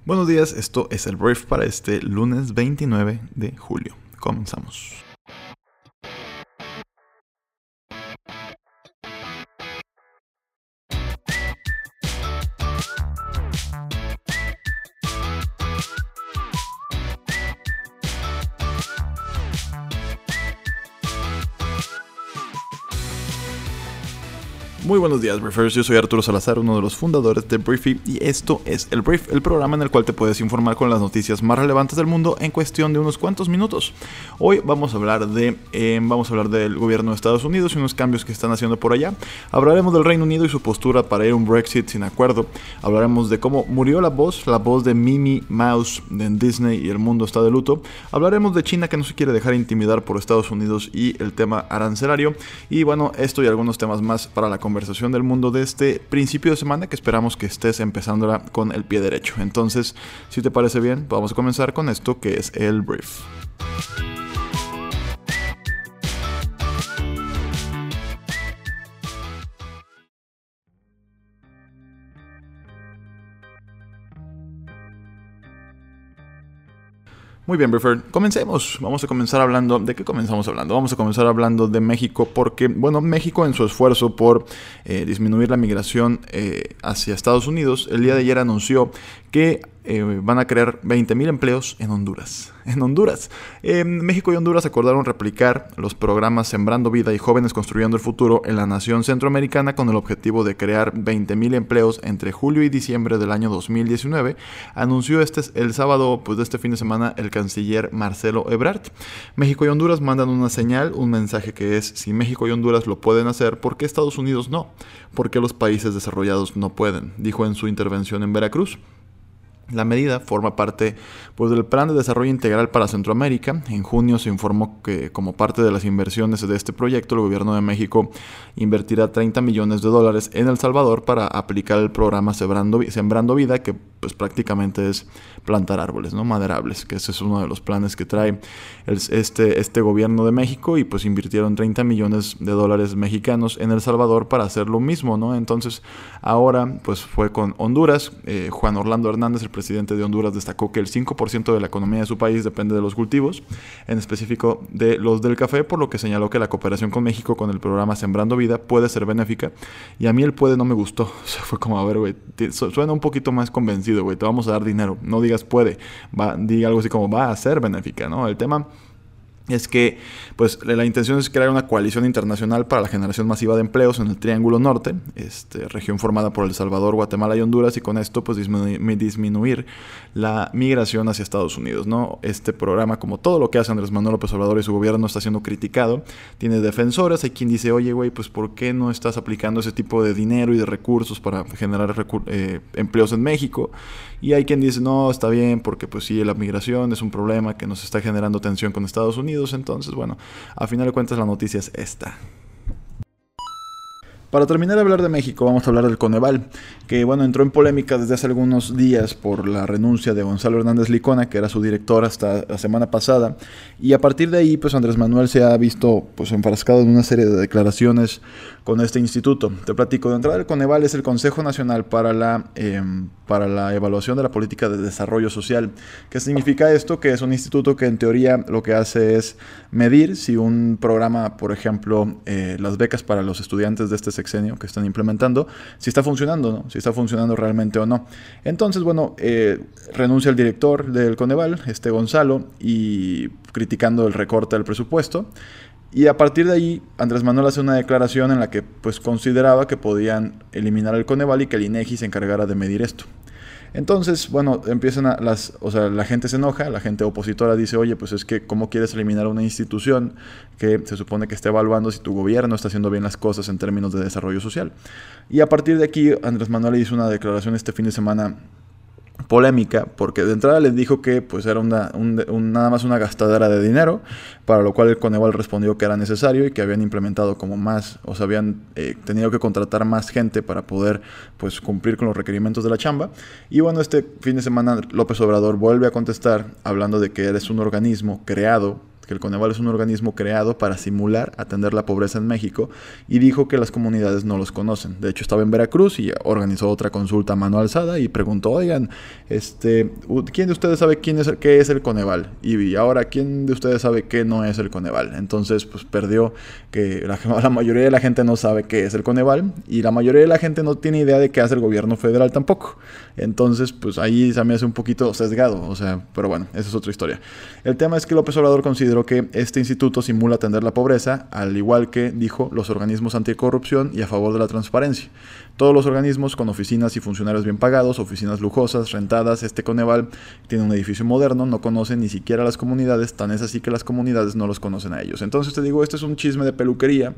Buenos días, esto es el brief para este lunes 29 de julio. Comenzamos. Muy buenos días, Briefers. Yo soy Arturo Salazar, uno de los fundadores de Briefy, y esto es el Brief, el programa en el cual te puedes informar con las noticias más relevantes del mundo en cuestión de unos cuantos minutos. Hoy vamos a hablar del gobierno de Estados Unidos y unos cambios que están haciendo por allá. Hablaremos del Reino Unido y su postura para ir a un Brexit sin acuerdo. Hablaremos de cómo murió la voz de Minnie Mouse en Disney y el mundo está de luto. Hablaremos de China, que no se quiere dejar intimidar por Estados Unidos, y el tema arancelario. Y bueno, esto y algunos temas más para la conversación del mundo de este principio de semana, que esperamos que estés empezándola con el pie derecho. Entonces, si te parece bien, vamos a comenzar con esto que es el brief. Muy bien, Briefer, comencemos. Vamos a comenzar hablando... ¿De qué comenzamos hablando? Vamos a comenzar hablando de México porque, bueno, México en su esfuerzo por disminuir la migración hacia Estados Unidos, el día de ayer anunció que van a crear 20,000 empleos en Honduras. México y Honduras acordaron replicar los programas Sembrando Vida y Jóvenes Construyendo el Futuro en la nación centroamericana con el objetivo de crear 20,000 empleos entre julio y diciembre del año 2019. Anunció el sábado de este fin de semana el canciller Marcelo Ebrard. México y Honduras mandan una señal, un mensaje que es: si México y Honduras lo pueden hacer, ¿por qué Estados Unidos no? ¿Por qué los países desarrollados no pueden?, dijo en su intervención en Veracruz. La medida forma parte del Plan de Desarrollo Integral para Centroamérica. En junio se informó que, como parte de las inversiones de este proyecto, el gobierno de México invertirá $30 millones en El Salvador para aplicar el programa Sembrando Vida, que pues prácticamente es plantar árboles, ¿no? Maderables, que ese es uno de los planes que trae este gobierno de México, y pues invirtieron $30 millones mexicanos en El Salvador para hacer lo mismo, ¿no? Entonces, ahora pues fue con Honduras. Juan Orlando Hernández, el presidente de Honduras, destacó que el 5% de la economía de su país depende de los cultivos, en específico de los del café, por lo que señaló que la cooperación con México con el programa Sembrando Vida puede ser benéfica. Y a mí el puede no me gustó. O sea, fue como, a ver, güey, suena un poquito más convencido, güey, te vamos a dar dinero, no digas puede, diga algo así como va a ser benéfica, ¿no? El tema es que pues la intención es crear una coalición internacional para la generación masiva de empleos en el Triángulo Norte, región formada por El Salvador, Guatemala y Honduras, y con esto pues disminuir la migración hacia Estados Unidos, ¿no? Este programa, como todo lo que hace Andrés Manuel López Obrador y su gobierno, está siendo criticado, tiene defensores. Hay quien dice, oye, güey, pues ¿por qué no estás aplicando ese tipo de dinero y de recursos para generar empleos en México? Y hay quien dice, no, está bien, porque pues sí, la migración es un problema que nos está generando tensión con Estados Unidos. Entonces, bueno, a final de cuentas la noticia es esta. Para terminar de hablar de México, vamos a hablar del Coneval, que bueno, entró en polémica desde hace algunos días por la renuncia de Gonzalo Hernández Licona, que era su director hasta la semana pasada, y a partir de ahí pues Andrés Manuel se ha visto pues enfrascado en una serie de declaraciones con este instituto. Te platico. De entrada, el Coneval es el Consejo Nacional para la Evaluación de la Política de Desarrollo Social. ¿Qué significa esto? Que es un instituto que en teoría lo que hace es medir si un programa, por ejemplo, las becas para los estudiantes de este sexenio que están implementando, si está funcionando, ¿no? Si está funcionando realmente o no. Entonces, bueno, renuncia el director del Coneval, Gonzalo, y criticando el recorte del presupuesto. Y a partir de ahí, Andrés Manuel hace una declaración en la que pues consideraba que podían eliminar el Coneval y que el INEGI se encargara de medir esto. Entonces, bueno, la gente se enoja, la gente opositora dice, oye, pues es que ¿cómo quieres eliminar una institución que se supone que está evaluando si tu gobierno está haciendo bien las cosas en términos de desarrollo social? Y a partir de aquí, Andrés Manuel hizo una declaración este fin de semana polémica, porque de entrada les dijo que pues era nada más una gastadera de dinero, para lo cual el Coneval respondió que era necesario y que habían implementado como más, habían tenido que contratar más gente para poder pues cumplir con los requerimientos de la chamba. Y bueno, este fin de semana López Obrador vuelve a contestar hablando de que eres un organismo creado que el Coneval es un organismo creado para simular atender la pobreza en México, y dijo que las comunidades no los conocen. De hecho, estaba en Veracruz y organizó otra consulta a mano alzada y preguntó, oigan, ¿quién de ustedes sabe qué es el Coneval? Y ahora, ¿quién de ustedes sabe qué no es el Coneval? Entonces, pues perdió que la mayoría de la gente no sabe qué es el Coneval, y la mayoría de la gente no tiene idea de qué hace el gobierno federal tampoco. Entonces, pues ahí se me hace un poquito sesgado, o sea, pero bueno, esa es otra historia. El tema es que López Obrador consideró que este instituto simula atender la pobreza, al igual que, dijo, los organismos anticorrupción y a favor de la transparencia. Todos los organismos con oficinas y funcionarios bien pagados, oficinas lujosas, rentadas. Este Coneval tiene un edificio moderno, no conoce ni siquiera a las comunidades, tan es así que las comunidades no los conocen a ellos. Entonces te digo, este es un chisme de peluquería,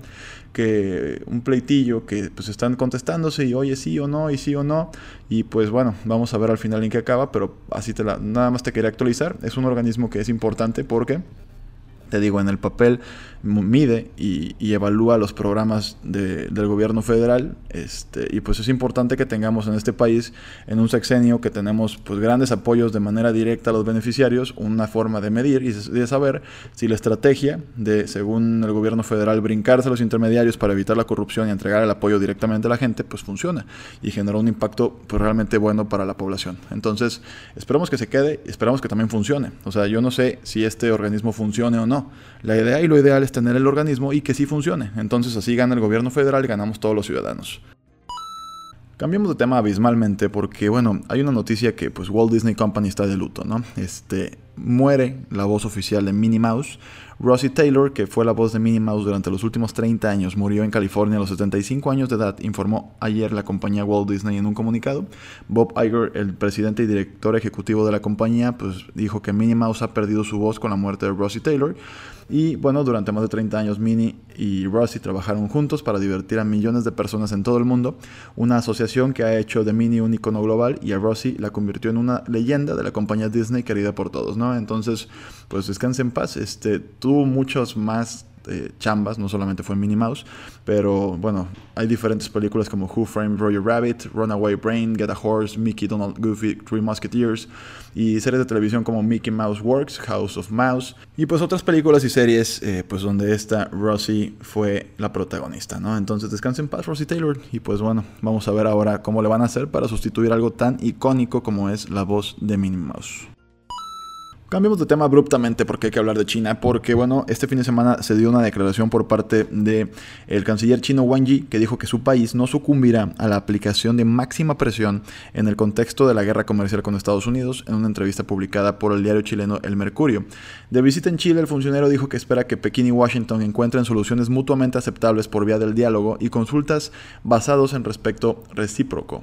un pleitillo que pues están contestándose y oye sí o no, y sí o no, y pues bueno, vamos a ver al final en qué acaba, pero así nada más te quería actualizar. Es un organismo que es importante porque, te digo, en el papel mide y evalúa los programas del gobierno federal, y pues es importante que tengamos en este país, en un sexenio que tenemos pues grandes apoyos de manera directa a los beneficiarios, una forma de medir y de saber si la estrategia de, según el gobierno federal, brincarse a los intermediarios para evitar la corrupción y entregar el apoyo directamente a la gente, pues funciona y generó un impacto pues realmente bueno para la población. Entonces, esperemos que se quede, esperamos que también funcione. O sea, yo no sé si este organismo funcione o no. La idea y lo ideal es tener el organismo y que sí funcione. Entonces así gana el gobierno federal y ganamos todos los ciudadanos. Cambiamos de tema abismalmente porque, bueno, hay una noticia que pues Walt Disney Company está de luto, ¿no? Muere la voz oficial de Minnie Mouse. Rosie Taylor, que fue la voz de Minnie Mouse durante los últimos 30 años, murió en California a los 75 años de edad, informó ayer la compañía Walt Disney en un comunicado. Bob Iger, el presidente y director ejecutivo de la compañía, pues dijo que Minnie Mouse ha perdido su voz con la muerte de Rosie Taylor. Y bueno, durante más de 30 años Minnie y Rosie trabajaron juntos para divertir a millones de personas en todo el mundo, una asociación que ha hecho de Minnie un icono global y a Rosie la convirtió en una leyenda de la compañía Disney querida por todos, ¿no? Entonces, pues descanse en paz. Tuvo muchos más chambas, no solamente fue Minnie Mouse, pero bueno, hay diferentes películas como Who Framed Roger Rabbit, Runaway Brain, Get a Horse, Mickey, Donald, Goofy, Three Musketeers, y series de televisión como Mickey Mouse Works, House of Mouse, y pues otras películas y series pues donde esta Rosie fue la protagonista, ¿no? Entonces descanse en paz Rosie Taylor, y pues bueno, vamos a ver ahora cómo le van a hacer para sustituir algo tan icónico como es la voz de Minnie Mouse. Cambiamos de tema abruptamente porque hay que hablar de China, porque bueno, este fin de semana se dio una declaración por parte del canciller chino Wang Yi, que dijo que su país no sucumbirá a la aplicación de máxima presión en el contexto de la guerra comercial con Estados Unidos, en una entrevista publicada por el diario chileno El Mercurio. De visita en Chile, el funcionario dijo que espera que Pekín y Washington encuentren soluciones mutuamente aceptables por vía del diálogo y consultas basados en respeto recíproco.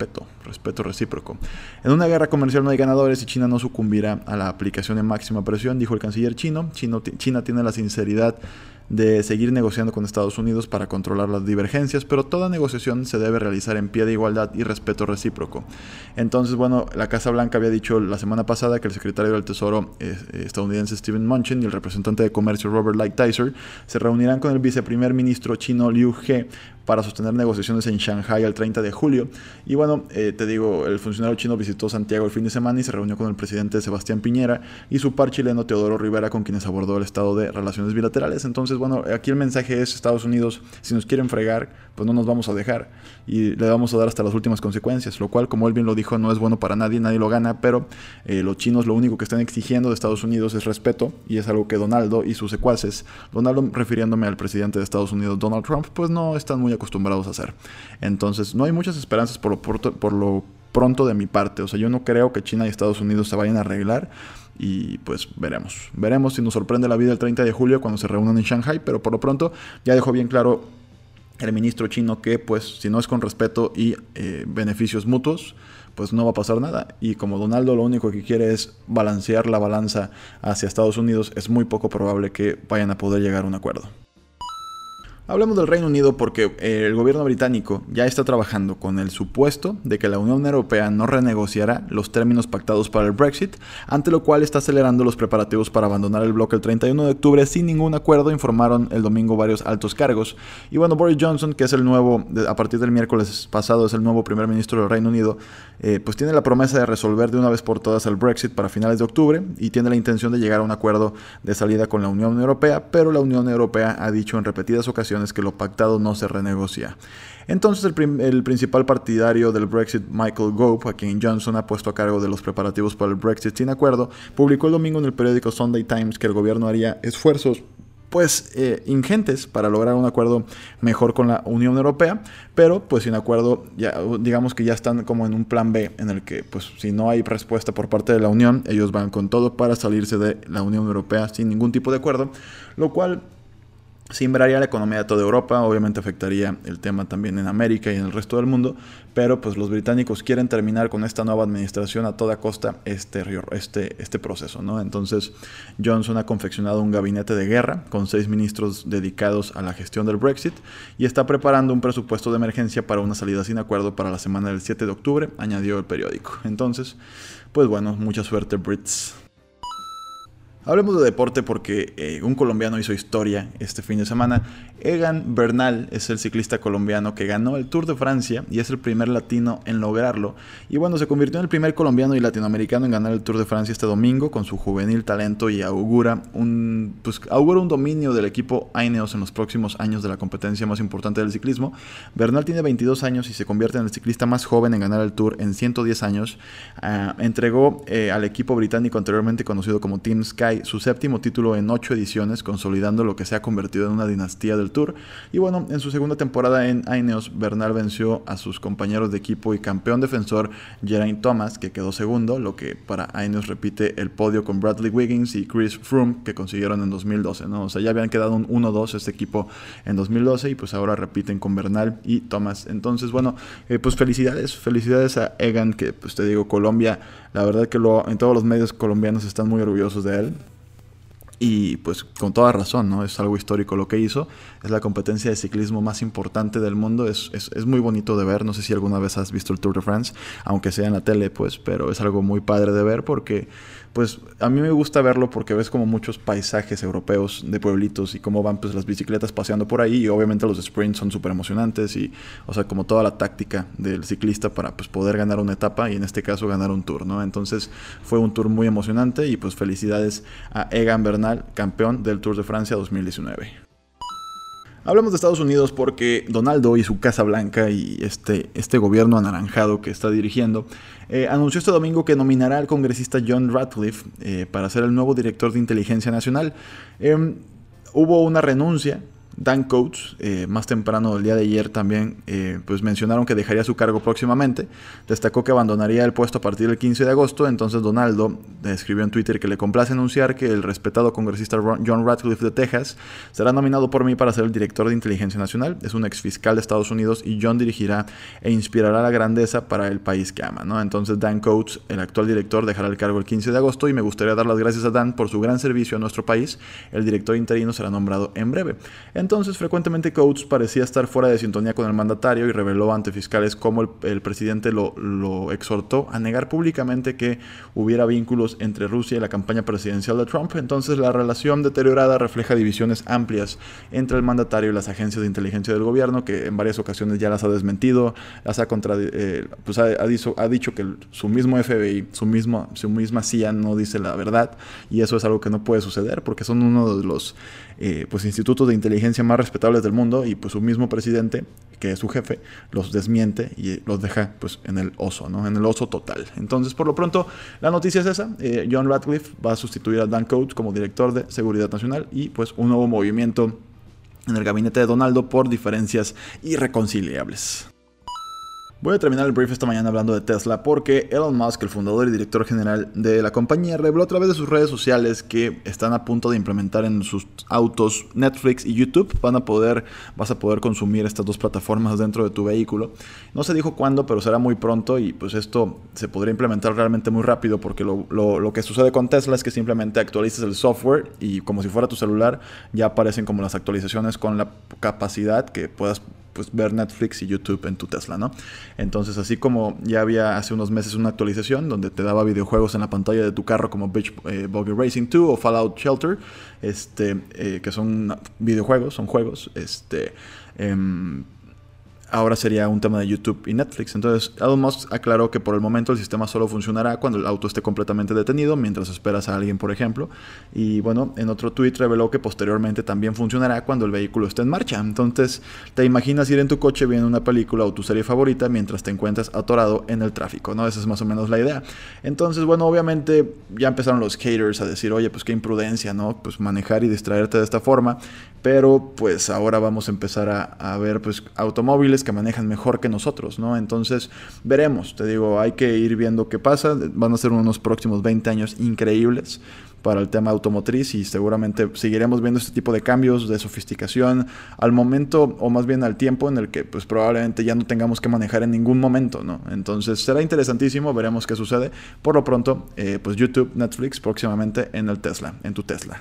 En una guerra comercial no hay ganadores y China no sucumbirá a la aplicación de máxima presión, dijo el canciller chino. China tiene la sinceridad de seguir negociando con Estados Unidos para controlar las divergencias, pero toda negociación se debe realizar en pie de igualdad y respeto recíproco. Entonces, bueno, la Casa Blanca había dicho la semana pasada que el secretario del Tesoro estadounidense Steven Mnuchin y el representante de comercio Robert Lighthizer se reunirán con el viceprimer ministro chino Liu He para sostener negociaciones en Shanghái el 30 de julio. Y bueno, te digo, el funcionario chino visitó Santiago el fin de semana y se reunió con el presidente Sebastián Piñera y su par chileno Teodoro Rivera, con quienes abordó el estado de relaciones bilaterales. Entonces, bueno, aquí el mensaje es: Estados Unidos, si nos quieren fregar, pues no nos vamos a dejar y le vamos a dar hasta las últimas consecuencias, lo cual, como él bien lo dijo, no es bueno para nadie lo gana, pero los chinos lo único que están exigiendo de Estados Unidos es respeto, y es algo que Donaldo y sus secuaces, Donaldo refiriéndome al presidente de Estados Unidos Donald Trump, pues no están muy acostumbrados a hacer. Entonces no hay muchas esperanzas por lo pronto de mi parte. O sea, yo no creo que China y Estados Unidos se vayan a arreglar, y pues veremos si nos sorprende la vida el 30 de julio cuando se reúnan en Shanghái, pero por lo pronto ya dejó bien claro el ministro chino que pues si no es con respeto y beneficios mutuos, pues no va a pasar nada. Y como Donaldo lo único que quiere es balancear la balanza hacia Estados Unidos, es muy poco probable que vayan a poder llegar a un acuerdo. Hablemos del Reino Unido porque el gobierno británico ya está trabajando con el supuesto de que la Unión Europea no renegociará los términos pactados para el Brexit, ante lo cual está acelerando los preparativos para abandonar el bloque el 31 de octubre sin ningún acuerdo, informaron el domingo varios altos cargos. Y bueno, Boris Johnson, que es el nuevo, a partir del miércoles pasado, es el nuevo primer ministro del Reino Unido, pues tiene la promesa de resolver de una vez por todas el Brexit para finales de octubre y tiene la intención de llegar a un acuerdo de salida con la Unión Europea, pero la Unión Europea ha dicho en repetidas ocasiones que lo pactado no se renegocia. Entonces el principal partidario del Brexit, Michael Gove, a quien Johnson ha puesto a cargo de los preparativos para el Brexit sin acuerdo, publicó el domingo en el periódico Sunday Times que el gobierno haría esfuerzos ingentes para lograr un acuerdo mejor con la Unión Europea, pero pues sin acuerdo, ya digamos que ya están como en un plan B, en el que pues si no hay respuesta por parte de la Unión, ellos van con todo para salirse de la Unión Europea sin ningún tipo de acuerdo, lo cual simbraría la economía de toda Europa, obviamente afectaría el tema también en América y en el resto del mundo, pero pues los británicos quieren terminar con esta nueva administración a toda costa este proceso, ¿no? Entonces Johnson ha confeccionado un gabinete de guerra con 6 ministros dedicados a la gestión del Brexit y está preparando un presupuesto de emergencia para una salida sin acuerdo para la semana del 7 de octubre, añadió el periódico. Entonces, pues bueno, mucha suerte, Brits. Hablemos de deporte porque un colombiano hizo historia este fin de semana. Egan Bernal es el ciclista colombiano que ganó el Tour de Francia y es el primer latino en lograrlo. Y bueno, se convirtió en el primer colombiano y latinoamericano en ganar el Tour de Francia este domingo con su juvenil talento y augura un dominio del equipo Ineos en los próximos años de la competencia más importante del ciclismo. Bernal tiene 22 años y se convierte en el ciclista más joven en ganar el Tour en 110 años. Entregó al equipo británico anteriormente conocido como Team Sky su séptimo título en 8 ediciones, consolidando lo que se ha convertido en una dinastía del Tour. Y bueno, en su segunda temporada en Ineos, Bernal venció a sus compañeros de equipo y campeón defensor Geraint Thomas, que quedó segundo, lo que para Ineos repite el podio con Bradley Wiggins y Chris Froome, que consiguieron en 2012, ¿no? O sea, ya habían quedado un 1-2 este equipo en 2012 y pues ahora repiten con Bernal y Thomas. Entonces, bueno, pues felicidades a Egan, que pues te digo, Colombia, la verdad que en todos los medios colombianos están muy orgullosos de él. Y pues con toda razón, ¿no? Es algo histórico lo que hizo. Es la competencia de ciclismo más importante del mundo. Es muy bonito de ver. No sé si alguna vez has visto el Tour de France, aunque sea en la tele, pues, pero es algo muy padre de ver porque, pues, a mí me gusta verlo porque ves como muchos paisajes europeos de pueblitos y cómo van, pues, las bicicletas paseando por ahí y obviamente los sprints son súper emocionantes y, o sea, como toda la táctica del ciclista para, pues, poder ganar una etapa y en este caso ganar un Tour, ¿no? Entonces fue un Tour muy emocionante y, pues, felicidades a Egan Bernal, campeón del Tour de Francia 2019. Hablamos de Estados Unidos porque Donaldo y su Casa Blanca y este gobierno anaranjado que está dirigiendo anunció este domingo que nominará al congresista John Ratcliffe para ser el nuevo director de inteligencia nacional. Hubo una renuncia. Dan Coats, más temprano el día de ayer también, pues mencionaron que dejaría su cargo próximamente. Destacó que abandonaría el puesto a partir del 15 de agosto. Entonces Donaldo escribió en Twitter que le complace anunciar que el respetado congresista John Ratcliffe de Texas será nominado por mí para ser el director de inteligencia nacional. Es un exfiscal de Estados Unidos y John dirigirá e inspirará la grandeza para el país que ama, ¿no? Entonces Dan Coats, el actual director, dejará el cargo el 15 de agosto y me gustaría dar las gracias a Dan por su gran servicio a nuestro país. El director interino será nombrado en breve. Entonces, frecuentemente Coates parecía estar fuera de sintonía con el mandatario y reveló ante fiscales cómo el presidente lo exhortó a negar públicamente que hubiera vínculos entre Rusia y la campaña presidencial de Trump. Entonces, la relación deteriorada refleja divisiones amplias entre el mandatario y las agencias de inteligencia del gobierno, que en varias ocasiones ya las ha desmentido, las ha dicho que su mismo FBI, su misma CIA no dice la verdad, y eso es algo que no puede suceder porque son uno de los institutos de inteligencia más respetables del mundo y pues su mismo presidente, que es su jefe, los desmiente y los deja pues en el oso, ¿no? En el oso total. Entonces, por lo pronto, la noticia es esa. John Ratcliffe va a sustituir a Dan Coats como director de Seguridad Nacional y pues un nuevo movimiento en el gabinete de Donaldo por diferencias irreconciliables. Voy a terminar el brief esta mañana hablando de Tesla porque Elon Musk, el fundador y director general de la compañía, reveló a través de sus redes sociales que están a punto de implementar en sus autos Netflix y YouTube. Vas a poder consumir estas dos plataformas dentro de tu vehículo. No se dijo cuándo, pero será muy pronto y pues esto se podría implementar realmente muy rápido porque lo que sucede con Tesla es que simplemente actualizas el software y como si fuera tu celular ya aparecen como las actualizaciones con la capacidad que puedas pues ver Netflix y YouTube en tu Tesla, ¿no? Entonces, así como ya había hace unos meses una actualización donde te daba videojuegos en la pantalla de tu carro como Beach Buggy Racing 2 o Fallout Shelter, que son videojuegos, son juegos, ahora sería un tema de YouTube y Netflix. Entonces, Elon Musk aclaró que por el momento el sistema solo funcionará cuando el auto esté completamente detenido, mientras esperas a alguien, por ejemplo. Y bueno, en otro tweet reveló que posteriormente también funcionará cuando el vehículo esté en marcha. Entonces, te imaginas ir en tu coche viendo una película o tu serie favorita mientras te encuentras atorado en el tráfico, ¿no? Esa es más o menos la idea. Entonces, bueno, obviamente ya empezaron los haters a decir, oye, pues qué imprudencia, ¿no? Pues manejar y distraerte de esta forma. Pero pues ahora vamos a empezar a ver pues automóviles que manejan mejor que nosotros, ¿no? Entonces veremos, te digo, hay que ir viendo qué pasa. Van a ser unos próximos 20 años increíbles para el tema automotriz y seguramente seguiremos viendo este tipo de cambios de sofisticación al momento, o más bien al tiempo en el que pues probablemente ya no tengamos que manejar en ningún momento, ¿no? Entonces será interesantísimo, veremos qué sucede. Por lo pronto, pues YouTube, Netflix próximamente en el Tesla, en tu Tesla.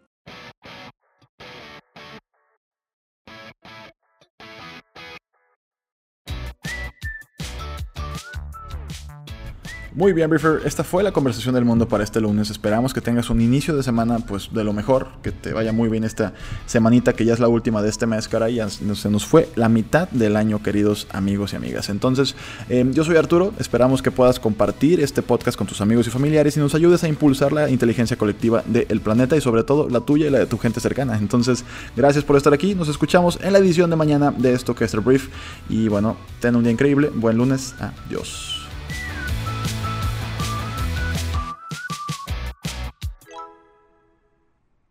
Muy bien, Briefer, esta fue la conversación del mundo para este lunes. Esperamos que tengas un inicio de semana pues de lo mejor, que te vaya muy bien esta semanita que ya es la última de este mes, caray. Ya se nos fue la mitad del año, queridos amigos y amigas. Entonces, yo soy Arturo, esperamos que puedas compartir este podcast con tus amigos y familiares y nos ayudes a impulsar la inteligencia colectiva del planeta y sobre todo la tuya y la de tu gente cercana. Entonces, gracias por estar aquí, nos escuchamos en la edición de mañana de esto que es el Brief y bueno, ten un día increíble, buen lunes, adiós.